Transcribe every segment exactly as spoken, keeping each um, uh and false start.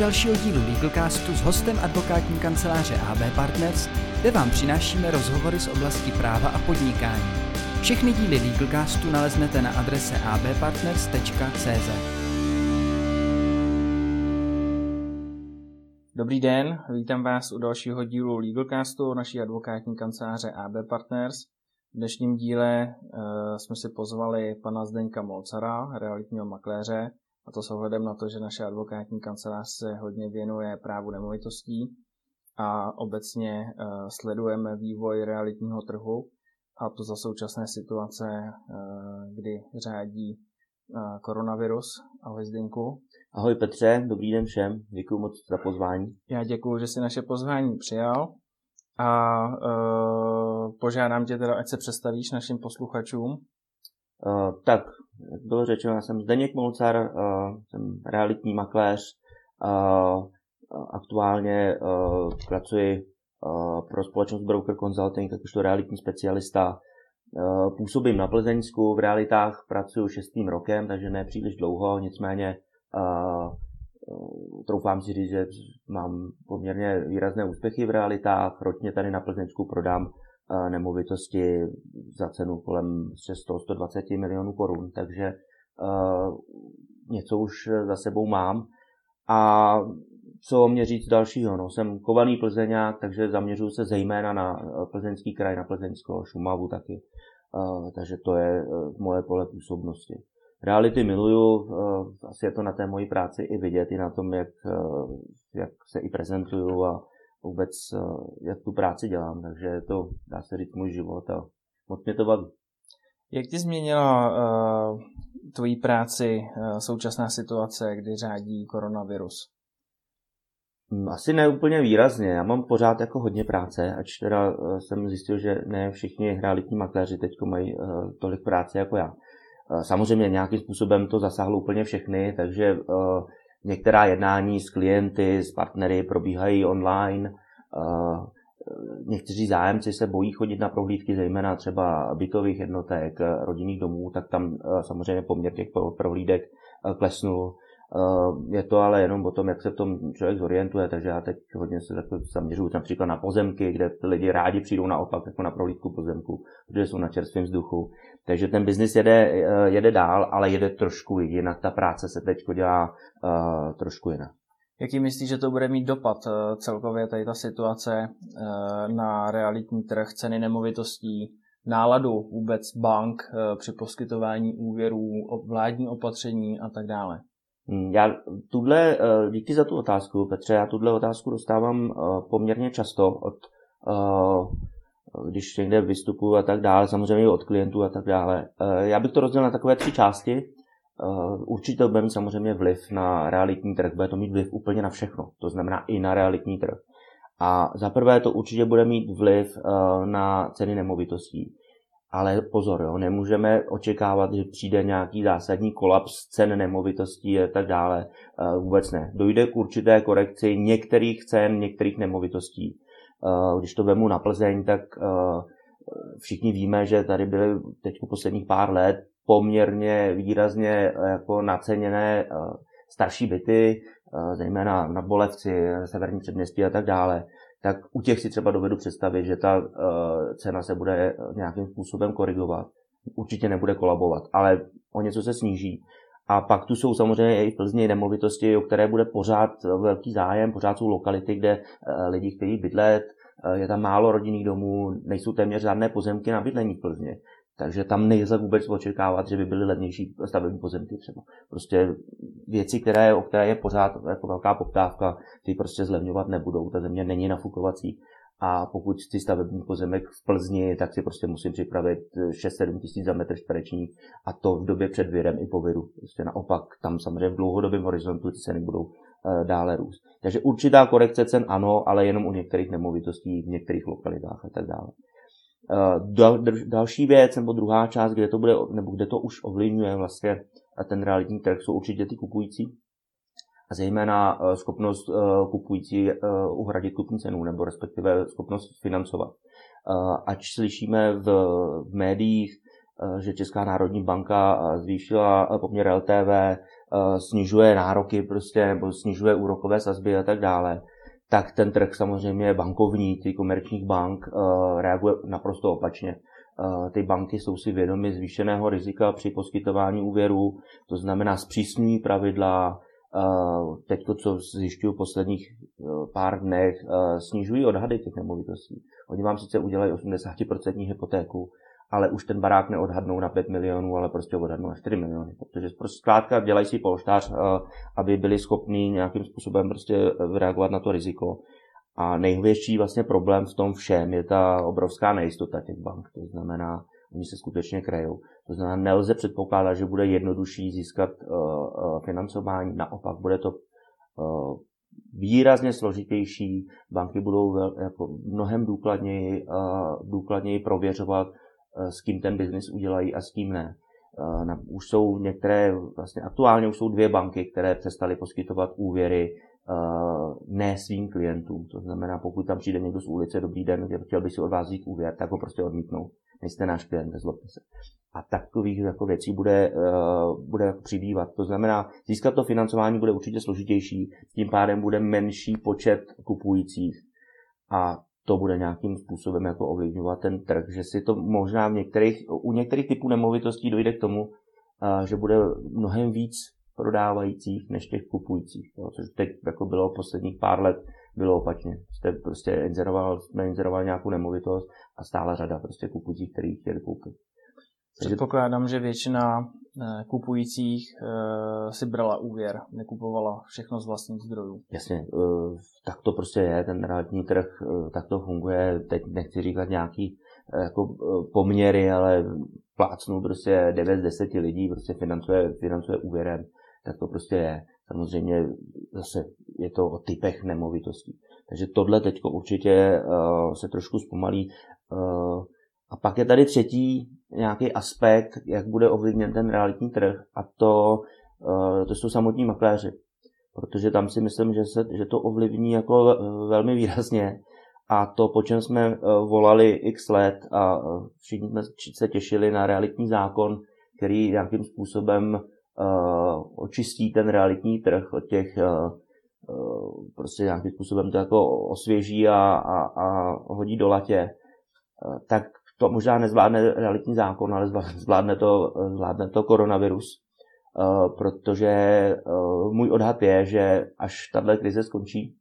dalšího dílu Legalcastu s hostem advokátní kanceláře á bé Partners, kde vám přinášíme rozhovory z oblasti práva a podnikání. Všechny díly Legalcastu naleznete na adrese a b partners tečka c z. Dobrý den, vítám vás u dalšího dílu Legalcastu naší advokátní kanceláře á bé Partners. V dnešním díle uh, jsme si pozvali pana Zdeňka Molcara, realitního makléře, a to s ohledem na to, že naše advokátní kancelář se hodně věnuje právu nemovitostí a obecně uh, sledujeme vývoj realitního trhu, a to za současné situace, uh, kdy řádí uh, koronavirus. Ahoj Zdeňku. Ahoj Petře, dobrý den všem, děkuji moc za pozvání. Já děkuji, že jsi naše pozvání přijal a uh, požádám tě teda, ať se představíš našim posluchačům. Uh, tak, jak bylo řečeno, já jsem Zdeněk Molcar, uh, jsem realitní makléř, uh, aktuálně uh, pracuji uh, pro společnost Broker Consulting, jakožto realitní specialista. Uh, působím na Plzeňsku, v realitách pracuji šestým rokem, takže ne příliš dlouho, nicméně uh, uh, troufám si říct, že mám poměrně výrazné úspěchy v realitách. Ročně tady na Plzeňsku prodám uh, nemovitosti za cenu kolem sto až sto dvacet milionů korun, takže uh, něco už za sebou mám. A co mě říct dalšího? No, jsem kovaný Plzeňák, takže zaměřuji se zejména na Plzeňský kraj, na Plzeňsko, Šumavu taky. Uh, takže to je uh, moje pole působnosti. Reality miluju, uh, asi je to na té mojí práci i vidět, i na tom, jak, uh, jak se i prezentuju a vůbec uh, jak tu práci dělám. Takže je to, dá se říct, můj život a moc mě to baví. Jak ti změnila uh, tvoji práci uh, současná situace, kdy řádí koronavirus? Asi ne úplně výrazně. Já mám pořád jako hodně práce, ač teda uh, jsem zjistil, že ne všichni realitní makléři teď mají uh, tolik práce jako já. Uh, samozřejmě nějakým způsobem to zasáhlo úplně všechny, takže uh, některá jednání s klienty, s partnery probíhají online. Uh, někteří zájemci se bojí chodit na prohlídky, zejména třeba bytových jednotek, rodinných domů, tak tam uh, samozřejmě poměr těch prohlídek uh, klesnul. Je to ale jenom o tom, jak se v tom člověk zorientuje, takže já teď hodně se zaměřuju například na pozemky, kde lidi rádi přijdou naopak jako na prohlídku pozemku, protože jsou na čerstvém vzduchu. Takže ten biznis jede, jede dál, ale jede trošku jinak. Ta práce se teď dělá uh, trošku jinak. Jaký myslíš, že to bude mít dopad celkově tady ta situace uh, na realitní trh, ceny nemovitostí, náladu vůbec bank uh, při poskytování úvěrů, vládní opatření a tak dále? Já tuhle, díky za tu otázku, Petře, já tuhle otázku dostávám poměrně často, od, když někde vystupuju a tak dále, samozřejmě od klientů a tak dále. Já bych to rozdělil na takové tři části. Určitě to bude mít samozřejmě vliv na realitní trh, bude to mít vliv úplně na všechno, to znamená i na realitní trh. A za prvé to určitě bude mít vliv na ceny nemovitostí. Ale pozor, jo, nemůžeme očekávat, že přijde nějaký zásadní kolaps cen nemovitostí a tak dále. Vůbec ne. Dojde k určité korekci některých cen, některých nemovitostí. Když to vemu na Plzeň, tak všichni víme, že tady byly teď posledních pár let poměrně výrazně jako naceněné starší byty, zejména na Bolevci, Severní Předměstí a tak dále. Tak u těch si třeba dovedu představit, že ta uh, cena se bude nějakým způsobem korigovat. Určitě nebude kolabovat, ale o něco se sníží. A pak tu jsou samozřejmě i v Plzni nemovitosti, o které bude pořád velký zájem, pořád jsou lokality, kde uh, lidi chtějí bydlet, uh, je tam málo rodinných domů, nejsou téměř žádné pozemky na bydlení v Plzni. Takže tam nejde vůbec očekávat, že by byly levnější stavební pozemky třeba. Prostě věci, které, o které je pořád jako velká poptávka, ty prostě zlevňovat nebudou. Ta země není nafukovací. A pokud chci stavební pozemek v Plzni, tak si prostě musím připravit šest sedm tisíc za metr čtvereční, a to v době před virem i po viru. Prostě naopak, tam samozřejmě v dlouhodobém horizontu ty ceny budou uh, dále růst. Takže určitá korekce cen ano, ale jenom u některých nemovitostí, v některých lokalitách a tak dále. Dal, další věc, nebo druhá část, kde to bude, nebo kde to už ovlivňuje vlastně ten realitní trh, jsou určitě ty kupující. A zejména schopnost kupující uhradit kupní cenu, nebo respektive schopnost financovat. Ať slyšíme v, v médiích, že Česká národní banka zvýšila poměr L T V snižuje nároky prostě, nebo snižuje úrokové sazby a tak dále, tak ten trh samozřejmě bankovní, ty komerčních bank reaguje naprosto opačně. Ty banky jsou si vědomy zvýšeného rizika při poskytování úvěrů, to znamená zpřísňují pravidla, teď to, co zjišťuju v posledních pár dnech, snižují odhady těch nemovitostí. Oni vám sice udělají osmdesát procent hypotéku, ale už ten barák neodhadnou na pět milionů, ale prostě odhadnou na čtyři miliony, protože zkrátka dělají si polštář, aby byli schopni nějakým způsobem prostě reagovat na to riziko. A největší vlastně problém v tom všem je ta obrovská nejistota těch bank. To znamená, oni se skutečně krejou. To znamená, nelze předpokládat, že bude jednodušší získat uh, uh, financování. Naopak, bude to uh, výrazně složitější. Banky budou vel, jako mnohem důkladněji, uh, důkladněji prověřovat, uh, s kým ten biznis udělají a s kým ne. Uh, na, už jsou některé, vlastně aktuálně už jsou dvě banky, které přestaly poskytovat úvěry Uh, ne svým klientům. To znamená, pokud tam přijde někdo z ulice, dobrý den, chtěl by si od vás vzít úvěr, tak ho prostě odmítnou. Nejste náš klient, nezlobte se. A takových jako věcí bude, uh, bude přibývat. To znamená, získat to financování bude určitě složitější, tím pádem bude menší počet kupujících a to bude nějakým způsobem jako ovlivňovat ten trh, že si to možná v některých, u některých typů nemovitostí dojde k tomu, uh, že bude mnohem víc prodávajících než těch kupujících, jo, což teď jako bylo posledních pár let, bylo opačně. Jste prostě inzeroval, jsme inzerovali nějakou nemovitost a stála řada prostě kupujících, který chtěli koupit. Předpokládám, že většina kupujících si brala úvěr, nekupovala všechno z vlastních zdrojů. Jasně, tak to prostě je, ten realitní trh, tak to funguje. Teď nechci říkat nějaký jako poměry, ale plácnu prostě devět z deseti lidí prostě financuje, financuje úvěrem, tak to prostě je. Samozřejmě zase je to o typech nemovitostí. Takže tohle teďko určitě uh, se trošku zpomalí. Uh, a pak je tady třetí nějaký aspekt, jak bude ovlivněn ten realitní trh, a to, uh, to jsou samotní makléři. Protože tam si myslím, že, se, že to ovlivní jako velmi výrazně. A to, po čem jsme volali x let a všichni jsme se těšili na realitní zákon, který nějakým způsobem uh, očistí ten realitní trh od těch, uh, uh, prostě nějakým způsobem to jako osvěží a, a, a hodí do latě, uh, tak to možná nezvládne realitní zákon, ale zvládne to, zvládne to koronavirus, uh, protože uh, můj odhad je, že až tato krize skončí,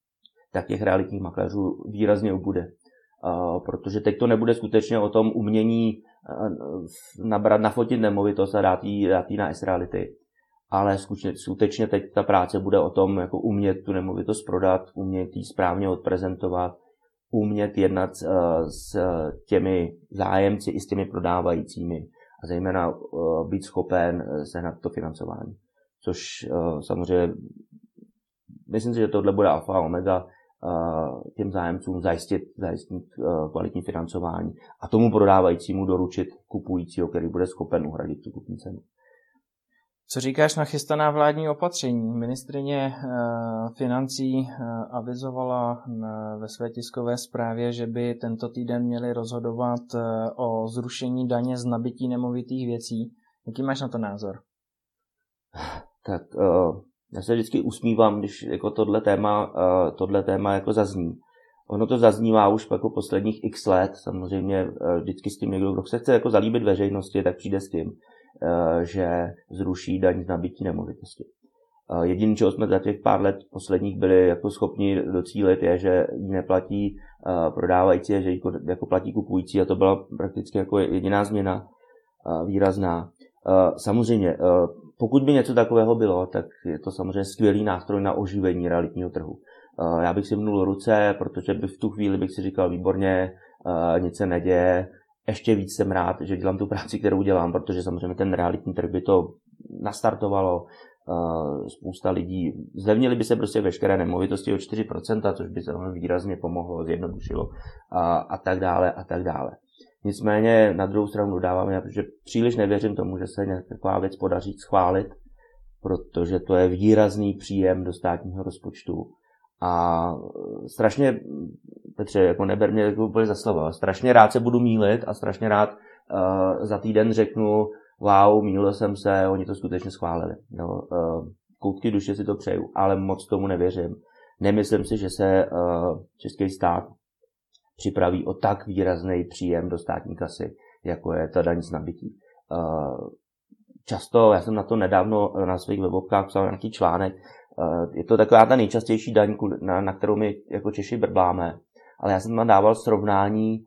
tak těch realitních makléřů výrazně ubude. Uh, protože teď to nebude skutečně o tom umění uh, nabrat, nafotit nemovitost a dát jí, dát jí na S-Reality. Ale skutečně, skutečně teď ta práce bude o tom, jako umět tu nemovitost prodat, umět ji správně odprezentovat, umět jednat uh, s těmi zájemci i s těmi prodávajícími a zejména uh, být schopen sehnat to financování. Což uh, samozřejmě myslím si, že tohle bude alfa a omega těm zájemcům zajistit, zajistit kvalitní financování a tomu prodávajícímu doručit kupujícího, který bude schopen uhradit tu kupní cenu. Co říkáš na chystaná vládní opatření? Ministryně financí avizovala ve své tiskové zprávě, že by tento týden měli rozhodovat o zrušení daně z nabytí nemovitých věcí. Jaký máš na to názor? Tak uh... Já se vždycky usmívám, když jako tohle téma, tohle téma jako zazní. Ono to zaznívá už jako posledních x let, samozřejmě vždycky s tím někdo, kdo se chce jako zalíbit veřejnosti, tak přijde s tím, že zruší daň z nabytí nemovitosti. Jediné, čeho jsme za těch pár let posledních byli jako schopni docílit, je, že ji neplatí prodávající, že ji jako platí kupující, a to byla prakticky jako jediná změna výrazná. Samozřejmě, pokud by něco takového bylo, tak je to samozřejmě skvělý nástroj na oživení realitního trhu. Já bych si mnul ruce, protože bych v tu chvíli bych si říkal, výborně, nic se neděje, ještě víc jsem rád, že dělám tu práci, kterou dělám, protože samozřejmě ten realitní trh by to nastartovalo, spousta lidí, zlevnily by se prostě veškeré nemovitosti o čtyři procenta, což by se výrazně pomohlo, zjednodušilo a, a tak dále a tak dále. Nicméně na druhou stranu dodávám, že příliš nevěřím tomu, že se taková věc podaří schválit, protože to je výrazný příjem do státního rozpočtu. A strašně, Petře, jako neber mě jako úplně za slovo, strašně rád se budu mýlit a strašně rád uh, za týden řeknu, wow, mýlil jsem se, oni to skutečně schválili. Jo. Koutky duše si to přeju, ale moc tomu nevěřím. Nemyslím si, že se český stát připraví o tak výrazný příjem do státní kasy, jako je ta daň z nabytí. Často, já jsem na to nedávno na svých webovkách psal nějaký článek, je to taková ta nejčastější daň, na, na kterou my jako Češi brbláme, ale já jsem tam dával srovnání,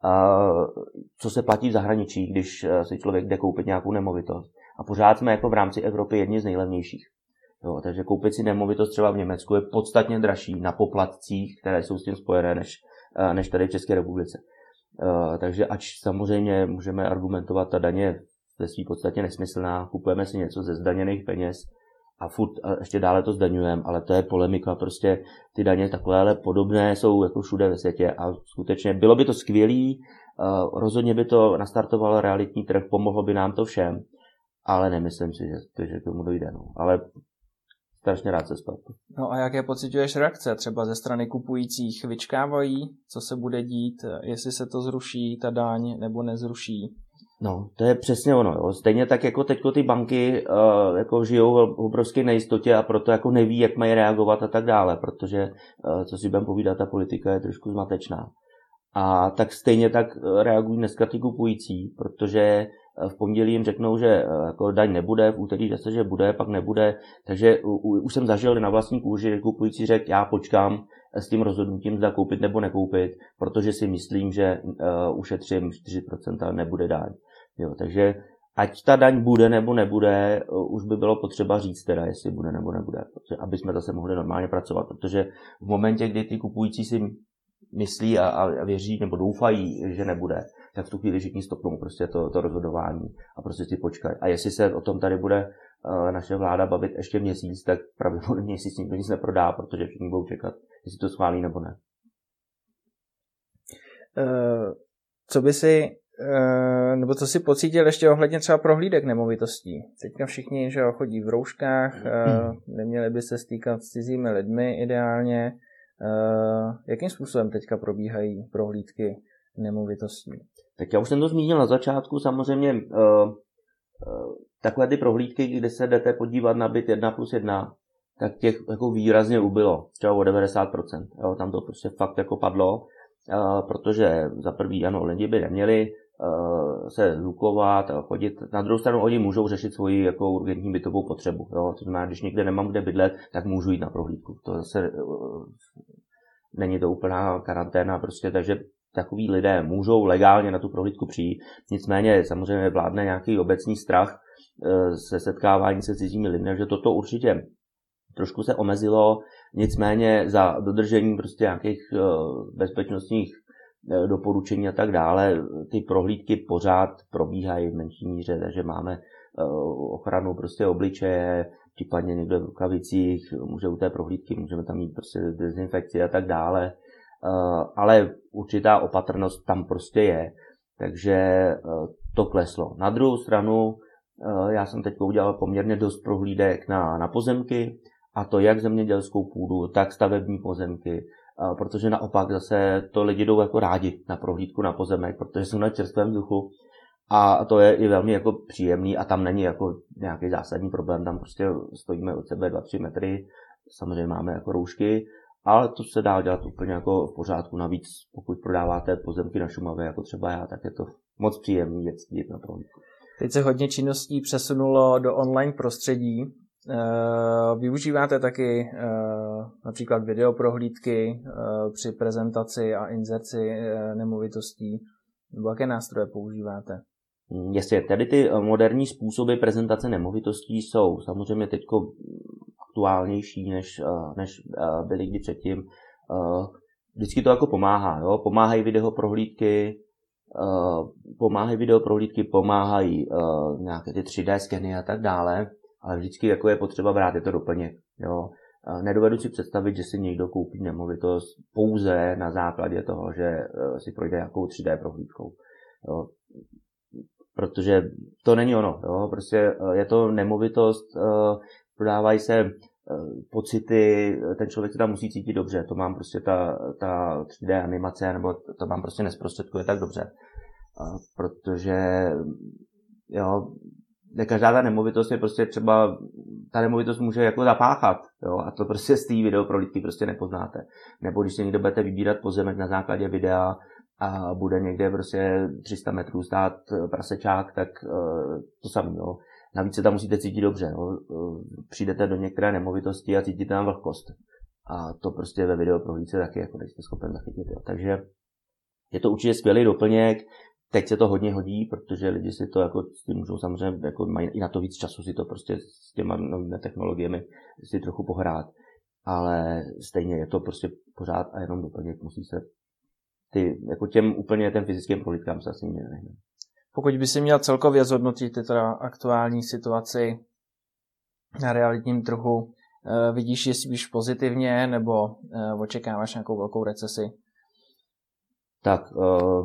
co se platí v zahraničí, když si člověk jde koupit nějakou nemovitost. A pořád jsme jako v rámci Evropy jedni z nejlevnějších. Jo, takže koupit si nemovitost třeba v Německu je podstatně dražší na poplatcích, které jsou s tím spojené, než, než tady v České republice. Takže ač samozřejmě můžeme argumentovat, ta daně ve svým podstatě nesmyslná, kupujeme si něco ze zdaněných peněz a furt a ještě dále to zdaňujeme, ale to je polemika, prostě ty daně takové, ale podobné jsou jako všude ve světě a skutečně bylo by to skvělý, rozhodně by to nastartovalo realitní trh, pomohlo by nám to všem, ale nemyslím si, že, že k tomu dojde. No. Ale strašně rád se spletl. No a jaké pociťuješ reakce třeba ze strany kupujících? Vyčkávají, co se bude dít, jestli se to zruší, ta daň, nebo nezruší? No, to je přesně ono. Jo. Stejně tak jako teďko ty banky uh, jako žijou v obrovské nejistotě a proto jako neví, jak mají reagovat a tak dále, protože, uh, co si budeme povídat, ta politika je trošku zmatečná. A tak stejně tak reagují dneska ty kupující, protože v pondělí jim řeknou, že jako daň nebude, v úterý zase, že bude, pak nebude. Takže už jsem zažil na vlastní kůži, že kupující řekl, já počkám s tím rozhodnutím, zda koupit nebo nekoupit, protože si myslím, že uh, ušetřím čtyři procenta, nebude daň. Jo, takže ať ta daň bude nebo nebude, uh, už by bylo potřeba říct teda, jestli bude nebo nebude, protože, aby jsme zase mohli normálně pracovat, protože v momentě, kdy ty kupující si myslí a, a věří nebo doufají, že nebude, tak v tu chvíli všichni stopnou prostě to, to rozhodování a prostě si počkají. A jestli se o tom tady bude uh, naše vláda bavit ještě měsíc, tak pravděpodobně si s ním nic neprodá, protože všichni budou čekat, jestli to schválí nebo ne. Uh, co by si, uh, nebo co si pocítil ještě ohledně třeba prohlídek nemovitostí? Teďka všichni, že chodí v rouškách, uh, neměli by se stýkat s cizími lidmi ideálně. Uh, jakým způsobem teďka probíhají prohlídky nemovitostí? Tak já už jsem to zmínil na začátku, samozřejmě uh, uh, takové ty prohlídky, kde se jdete podívat na byt jedna plus jedna, tak těch jako výrazně ubylo, třeba o devadesát procent. Jo, tam to prostě fakt jako padlo, uh, protože za prvý, ano, lidi by neměli uh, se zhlukovat a chodit. Na druhou stranu oni můžou řešit svoji jako urgentní bytovou potřebu. Jo. To znamená, když někde nemám kde bydlet, tak můžu jít na prohlídku. To zase uh, není to úplná karanténa, prostě, takže takový lidé můžou legálně na tu prohlídku přijít. Nicméně samozřejmě vládne nějaký obecný strach uh, se setkávání se cizími lidmi, že toto určitě trošku se omezilo, nicméně za dodržení prostě nějakých uh, bezpečnostních doporučení a tak dále. Ty prohlídky pořád probíhají v menší míře, takže máme ochranu prostě obličeje, případně někde v rukavicích, může u té prohlídky, můžeme tam mít prostě dezinfekci a tak dále, ale určitá opatrnost tam prostě je, takže to kleslo. Na druhou stranu, já jsem teď udělal poměrně dost prohlídek na, na pozemky, a to jak zemědělskou půdu, tak stavební pozemky, protože naopak zase to lidi jdou jako rádi na prohlídku na pozemek, protože jsou na čerstvém vzduchu a to je i velmi jako příjemný a tam není jako nějaký zásadní problém, tam prostě stojíme od sebe dva tři metry, samozřejmě máme jako roušky, ale to se dá dělat úplně jako v pořádku, navíc pokud prodáváte pozemky na Šumavě, jako třeba já, tak je to moc příjemný jít na prohlídku. Teď se hodně činností přesunulo do online prostředí. Uh, využíváte taky uh, například videoprohlídky uh, při prezentaci a inzerci uh, nemovitostí, nebo jaké nástroje používáte? Jestli tady ty moderní způsoby prezentace nemovitostí jsou samozřejmě teď aktuálnější, než, než byly kdy předtím. Uh, vždycky to jako pomáhá, jo? Pomáhají videoprohlídky, uh, pomáhají videoprohlídky, pomáhají uh, nějaké ty tři dé skeny a tak dále. Ale vždycky jako je potřeba brát, je to doplněk. Jo. Nedovedu si představit, že si někdo koupí nemovitost pouze na základě toho, že si projde nějakou tři dé prohlídkou. Jo. Protože to není ono. Jo. Prostě je to nemovitost, prodávají se pocity, ten člověk se tam musí cítit dobře. To mám prostě ta, ta tři dé animace, nebo to mám prostě nezprostředkuje tak dobře. Protože jo, každá ta nemovitost je prostě třeba, ta nemovitost může jako zapáchat, jo, a to prostě z té videoprohlídky prostě nepoznáte. Nebo když se někdo budete vybírat pozemek na základě videa a bude někde prostě tři sta metrů stát prasečák, tak to samé, jo. Navíc se tam musíte cítit dobře, jo. Přijdete do některé nemovitosti a cítíte tam vlhkost. A to prostě ve videoprohlídce taky jako nejste schopen zachytit, jo. Takže je to určitě skvělý doplněk. Teď se to hodně hodí, protože lidi si to jako s tím můžou samozřejmě, jako mají i na to víc času si to prostě s těma novými technologiemi si trochu pohrát. Ale stejně je to prostě pořád a jenom doplněk, musí se ty, jako těm úplně těm fyzickým prohlídkám se asi nevyhne. Pokud by si měl celkově zhodnotit teda aktuální situaci na realitním trhu, vidíš ji spíš pozitivně nebo očekáváš nějakou velkou recesi? Tak, uh,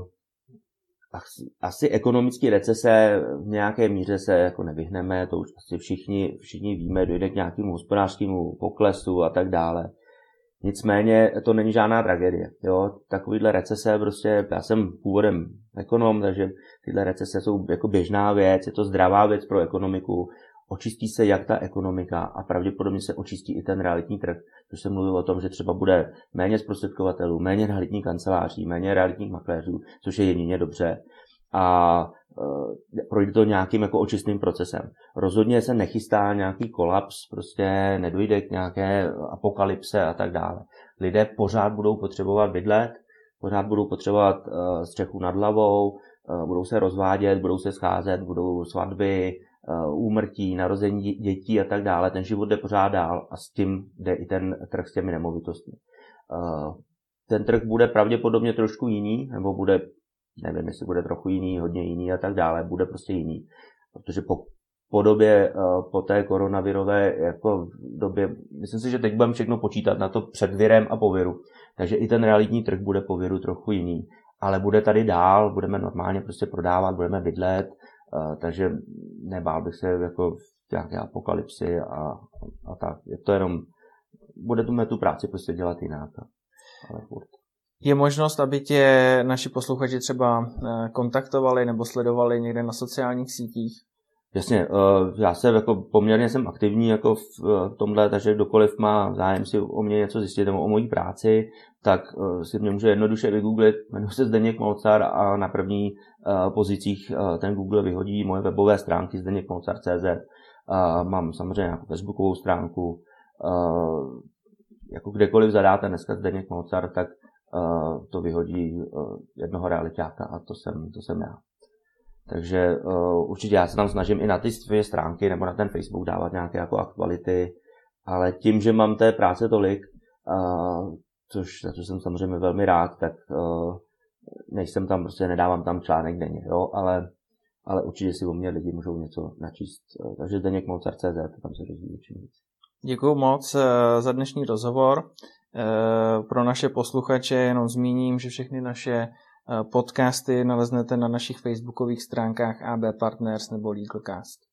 asi ekonomické recese v nějaké míře se jako nevyhneme, to už asi všichni, všichni víme, dojde k nějakému hospodářskému poklesu a tak dále. Nicméně to není žádná tragédie. Jo? Takovýhle recese, prostě, já jsem původem ekonom, takže tyhle recese jsou jako běžná věc, je to zdravá věc pro ekonomiku, očistí se jak ta ekonomika a pravděpodobně se očistí i ten realitní trh, což se mluví o tom, že třeba bude méně zprostředkovatelů, méně realitních kanceláří, méně realitních makléřů, což je jedině dobře. A e, projde to nějakým jako očistným procesem. Rozhodně se nechystá nějaký kolaps, prostě nedojde k nějaké apokalypse a tak dále. Lidé pořád budou potřebovat bydlet, pořád budou potřebovat e, střechu nad hlavou, e, budou se rozvádět, budou se scházet, budou svatby, úmrtí, narození dětí a tak dále. Ten život jde pořád dál a s tím jde i ten trh s těmi nemovitostmi. Ten trh bude pravděpodobně trošku jiný, nebo bude, nevím, jestli bude trochu jiný, hodně jiný a tak dále, bude prostě jiný. Protože po, po době, po té koronavirové jako době, myslím si, že teď budeme všechno počítat na to před virem a po viru. Takže i ten realitní trh bude po viru trochu jiný. Ale bude tady dál, budeme normálně prostě prodávat, budeme bydlet, Uh, takže nebál bych se jako v nějaké apokalypsy a, a tak. Je to jenom, budeme tu práci prostě dělat jinak. Ale furt. Je možnost, aby tě naši posluchači třeba kontaktovali nebo sledovali někde na sociálních sítích? Jasně, uh, já se jako poměrně jsem aktivní jako v uh, tomhle, takže kdokoliv má zájem si o mě něco zjistit nebo o mojí práci, tak uh, si mě může jednoduše vygooglit, jmenuji se Zdeněk Molcar a na první uh, pozicích uh, ten Google vyhodí moje webové stránky zdeněk molcar tečka cé zet. Uh, mám samozřejmě nějakou facebookovou stránku, uh, jako kdekoliv zadáte dneska Zdeněk Molcar, tak uh, to vyhodí uh, jednoho realitáka a to jsem, to jsem já. Takže uh, určitě já se tam snažím i na ty své stránky nebo na ten Facebook dávat nějaké jako aktuality, ale tím, že mám té práce tolik, uh, což, za co jsem samozřejmě velmi rád, tak uh, nejsem tam, prostě nedávám tam článek denně, jo, ale, ale určitě si o mě lidi můžou něco načíst. Uh, takže Zdeněk Molcar tečka cé zet, tam se dozví většinou víc. Děkuju moc uh, za dnešní rozhovor. Uh, pro naše posluchače jenom zmíním, že všechny naše podcasty naleznete na našich facebookových stránkách á bé Partners nebo Legalcast.